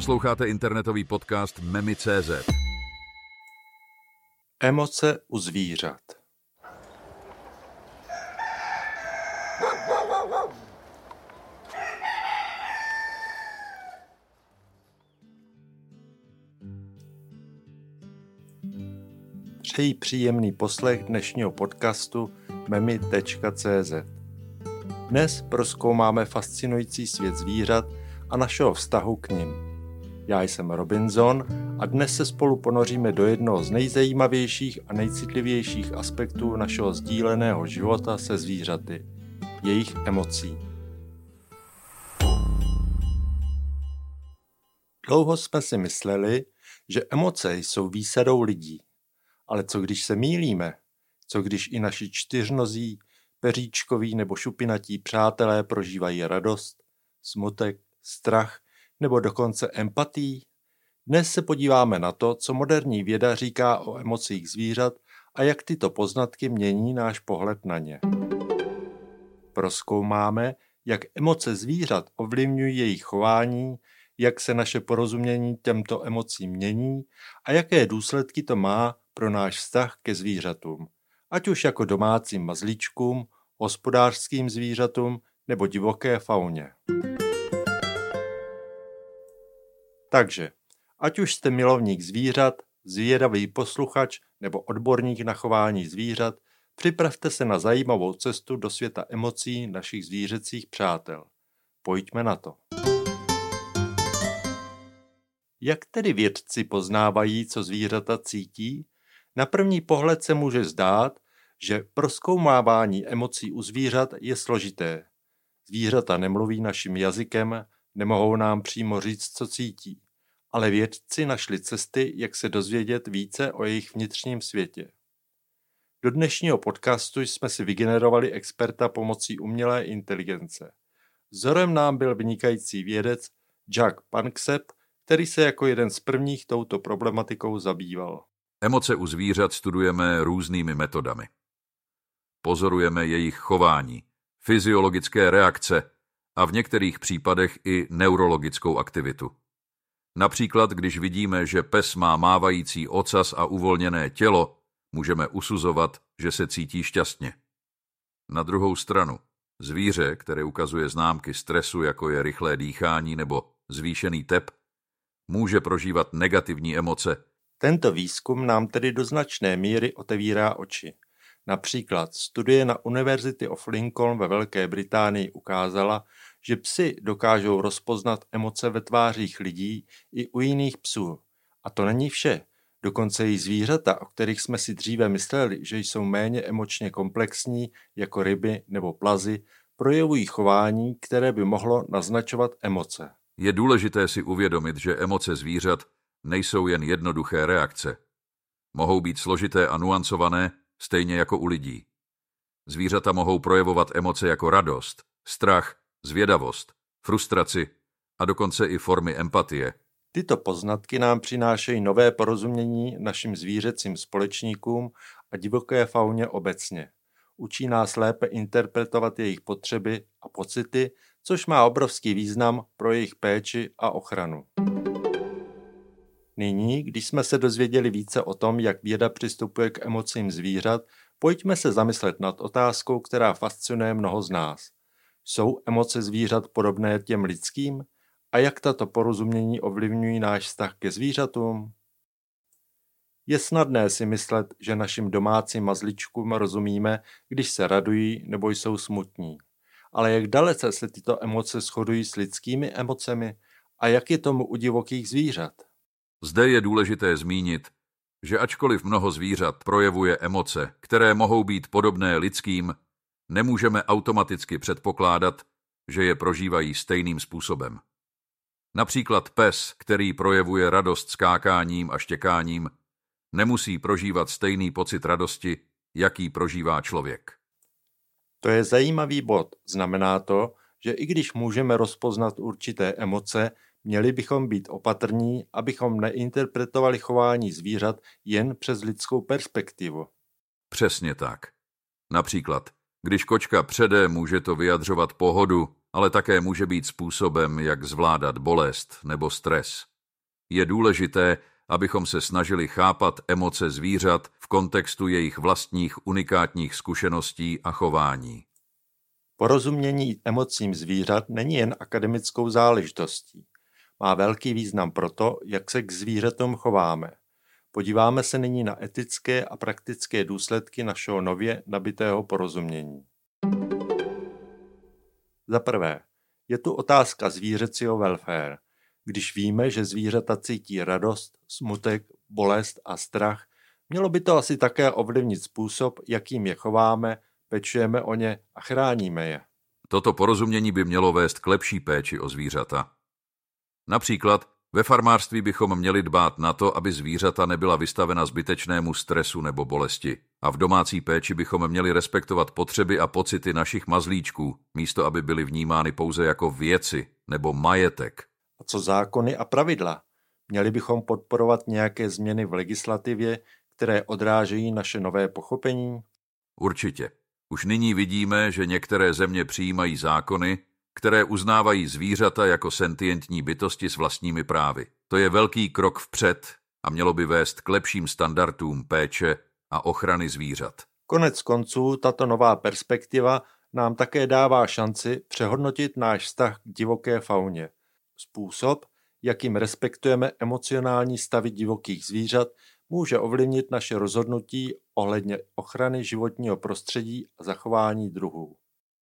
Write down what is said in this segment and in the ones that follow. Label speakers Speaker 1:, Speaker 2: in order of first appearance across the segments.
Speaker 1: Posloucháte internetový podcast Memi.cz.
Speaker 2: Emoce u zvířat. Přeji příjemný poslech dnešního podcastu Memi.cz. Dnes prozkoumáme fascinující svět zvířat a našeho vztahu k nim. Já jsem Robinson a dnes se spolu ponoříme do jednoho z nejzajímavějších a nejcitlivějších aspektů našeho sdíleného života se zvířaty, jejich emocí. Dlouho jsme si mysleli, že emoce jsou výsadou lidí. Ale co když se mýlíme? Co když i naši čtyřnozí, peříčkoví nebo šupinatí přátelé prožívají radost, smutek, strach nebo dokonce empatii? Dnes se podíváme na to, co moderní věda říká o emocích zvířat a jak tyto poznatky mění náš pohled na ně. Prozkoumáme, jak emoce zvířat ovlivňují jejich chování, jak se naše porozumění těmto emocím mění a jaké důsledky to má pro náš vztah ke zvířatům, ať už jako domácím mazlíčkům, hospodářským zvířatům nebo divoké fauně. Takže, ať už jste milovník zvířat, zvědavý posluchač nebo odborník na chování zvířat, připravte se na zajímavou cestu do světa emocí našich zvířecích přátel. Pojďme na to. Jak tedy vědci poznávají, co zvířata cítí? Na první pohled se může zdát, že prozkoumávání emocí u zvířat je složité. Zvířata nemluví naším jazykem, nemohou nám přímo říct, co cítí. Ale vědci našli cesty, jak se dozvědět více o jejich vnitřním světě. Do dnešního podcastu jsme si vygenerovali experta pomocí umělé inteligence. Vzorem nám byl vynikající vědec Jack Panksepp, který se jako jeden z prvních touto problematikou zabýval.
Speaker 1: Emoce u zvířat studujeme různými metodami. Pozorujeme jejich chování, fyziologické reakce a v některých případech i neurologickou aktivitu. Například, když vidíme, že pes má mávající ocas a uvolněné tělo, můžeme usuzovat, že se cítí šťastně. Na druhou stranu, zvíře, které ukazuje známky stresu, jako je rychlé dýchání nebo zvýšený tep, může prožívat negativní emoce.
Speaker 2: Tento výzkum nám tedy do značné míry otevírá oči. Například studie na University of Lincoln ve Velké Británii ukázala, že psi dokážou rozpoznat emoce ve tvářích lidí i u jiných psů. A to není vše. Dokonce i zvířata, o kterých jsme si dříve mysleli, že jsou méně emočně komplexní, jako ryby nebo plazy, projevují chování, které by mohlo naznačovat emoce.
Speaker 1: Je důležité si uvědomit, že emoce zvířat nejsou jen jednoduché reakce. Mohou být složité a nuancované, stejně jako u lidí. Zvířata mohou projevovat emoce jako radost, strach, zvědavost, frustraci a dokonce i formy empatie.
Speaker 2: Tyto poznatky nám přinášejí nové porozumění našim zvířecím společníkům a divoké fauně obecně. Učí nás lépe interpretovat jejich potřeby a pocity, což má obrovský význam pro jejich péči a ochranu. Nyní, když jsme se dozvěděli více o tom, jak věda přistupuje k emocím zvířat, pojďme se zamyslet nad otázkou, která fascinuje mnoho z nás. Jsou emoce zvířat podobné těm lidským? A jak tato porozumění ovlivňují náš vztah ke zvířatům? Je snadné si myslet, že našim domácím mazlíčkům rozumíme, když se radují nebo jsou smutní. Ale jak dalece se tyto emoce shodují s lidskými emocemi a jak je tomu u divokých zvířat?
Speaker 1: Zde je důležité zmínit, že ačkoliv mnoho zvířat projevuje emoce, které mohou být podobné lidským, nemůžeme automaticky předpokládat, že je prožívají stejným způsobem. Například pes, který projevuje radost skákáním a štěkáním, nemusí prožívat stejný pocit radosti, jaký prožívá člověk.
Speaker 2: To je zajímavý bod. Znamená to, že i když můžeme rozpoznat určité emoce, měli bychom být opatrní, abychom neinterpretovali chování zvířat jen přes lidskou perspektivu.
Speaker 1: Přesně tak. Například, když kočka přede, může to vyjadřovat pohodu, ale také může být způsobem, jak zvládat bolest nebo stres. Je důležité, abychom se snažili chápat emoce zvířat v kontextu jejich vlastních unikátních zkušeností a chování.
Speaker 2: Porozumění emocím zvířat není jen akademickou záležitostí. Má velký význam pro to, jak se k zvířatům chováme. Podíváme se nyní na etické a praktické důsledky našeho nově nabitého porozumění. Za prvé, je tu otázka zvířecího welfare. Když víme, že zvířata cítí radost, smutek, bolest a strach, mělo by to asi také ovlivnit způsob, jakým je chováme, pečujeme o ně a chráníme je.
Speaker 1: Toto porozumění by mělo vést k lepší péči o zvířata. Například ve farmářství bychom měli dbát na to, aby zvířata nebyla vystavena zbytečnému stresu nebo bolesti. A v domácí péči bychom měli respektovat potřeby a pocity našich mazlíčků, místo aby byly vnímány pouze jako věci nebo majetek.
Speaker 2: A co zákony a pravidla? Měli bychom podporovat nějaké změny v legislativě, které odrážejí naše nové pochopení?
Speaker 1: Určitě. Už nyní vidíme, že některé země přijímají zákony, které uznávají zvířata jako sentientní bytosti s vlastními právy. To je velký krok vpřed a mělo by vést k lepším standardům péče a ochrany zvířat.
Speaker 2: Konec konců tato nová perspektiva nám také dává šanci přehodnotit náš vztah k divoké fauně. Způsob, jakým respektujeme emocionální stavy divokých zvířat, může ovlivnit naše rozhodnutí ohledně ochrany životního prostředí a zachování druhů.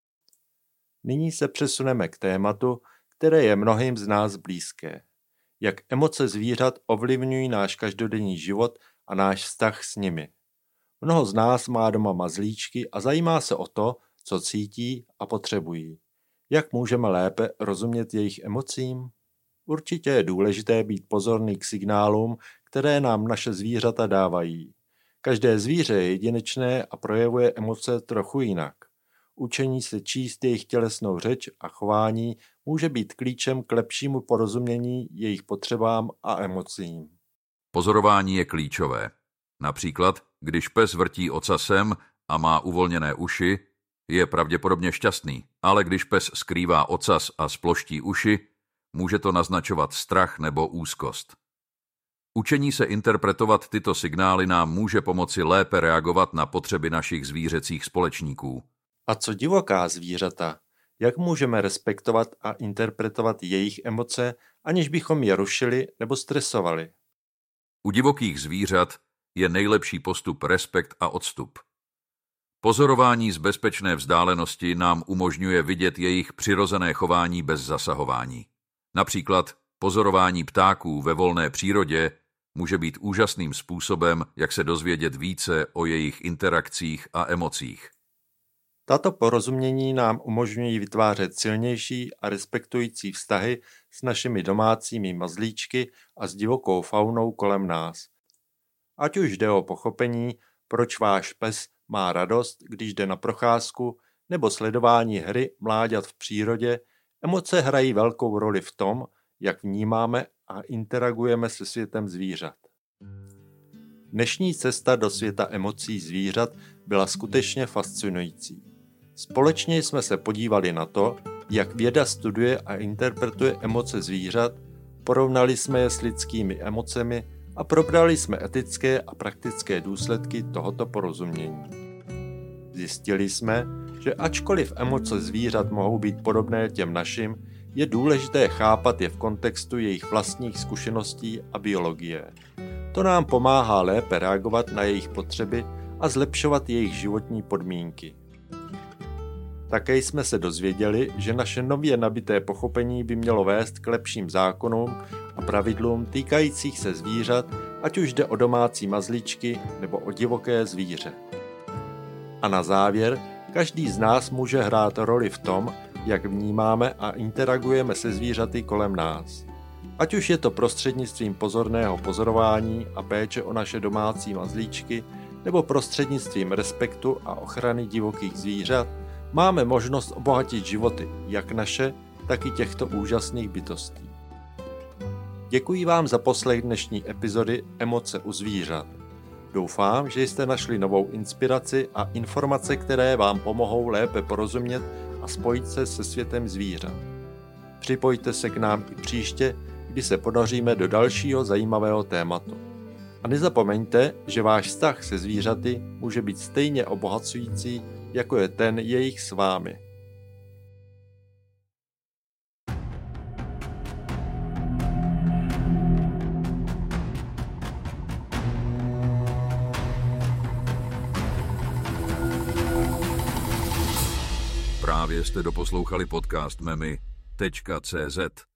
Speaker 2: Nyní se přesuneme k tématu, které je mnohým z nás blízké. Jak emoce zvířat ovlivňují náš každodenní život a náš vztah s nimi. Mnoho z nás má doma mazlíčky a zajímá se o to, co cítí a potřebují. Jak můžeme lépe rozumět jejich emocím? Určitě je důležité být pozorný k signálům, které nám naše zvířata dávají. Každé zvíře je jedinečné a projevuje emoce trochu jinak. Učení se číst jejich tělesnou řeč a chování může být klíčem k lepšímu porozumění jejich potřebám a emocím.
Speaker 1: Pozorování je klíčové. Například, když pes vrtí ocasem a má uvolněné uši, je pravděpodobně šťastný, ale když pes skrývá ocas a sploští uši, může to naznačovat strach nebo úzkost. Učení se interpretovat tyto signály nám může pomoci lépe reagovat na potřeby našich zvířecích společníků.
Speaker 2: A co divoká zvířata? Jak můžeme respektovat a interpretovat jejich emoce, aniž bychom je rušili nebo stresovali?
Speaker 1: U divokých zvířat je nejlepší postup respekt a odstup. Pozorování z bezpečné vzdálenosti nám umožňuje vidět jejich přirozené chování bez zasahování. Například pozorování ptáků ve volné přírodě může být úžasným způsobem, jak se dozvědět více o jejich interakcích a emocích.
Speaker 2: Tato porozumění nám umožňují vytvářet silnější a respektující vztahy s našimi domácími mazlíčky a s divokou faunou kolem nás. Ať už jde o pochopení, proč váš pes má radost, když jde na procházku, nebo sledování hry mláďat v přírodě, emoce hrají velkou roli v tom, jak vnímáme a interagujeme se světem zvířat. Dnešní cesta do světa emocí zvířat byla skutečně fascinující. Společně jsme se podívali na to, jak věda studuje a interpretuje emoce zvířat, porovnali jsme je s lidskými emocemi a probrali jsme etické a praktické důsledky tohoto porozumění. Zjistili jsme, že ačkoliv emoce zvířat mohou být podobné těm našim, je důležité chápat je v kontextu jejich vlastních zkušeností a biologie. To nám pomáhá lépe reagovat na jejich potřeby a zlepšovat jejich životní podmínky. Také jsme se dozvěděli, že naše nově nabité pochopení by mělo vést k lepším zákonům a pravidlům týkajících se zvířat, ať už jde o domácí mazlíčky nebo o divoké zvíře. A na závěr, každý z nás může hrát roli v tom, jak vnímáme a interagujeme se zvířaty kolem nás. Ať už je to prostřednictvím pozorného pozorování a péče o naše domácí mazlíčky, nebo prostřednictvím respektu a ochrany divokých zvířat, máme možnost obohatit životy, jak naše, tak i těchto úžasných bytostí. Děkuji vám za poslech dnešní epizody Emoce u zvířat. Doufám, že jste našli novou inspiraci a informace, které vám pomohou lépe porozumět a spojit se se světem zvířat. Připojte se k nám i příště, kdy se ponoříme do dalšího zajímavého tématu. A nezapomeňte, že váš vztah se zvířaty může být stejně obohacující, jako je ten jejich s vámi.
Speaker 1: Právě jste doposlouchali podcast memy.cz.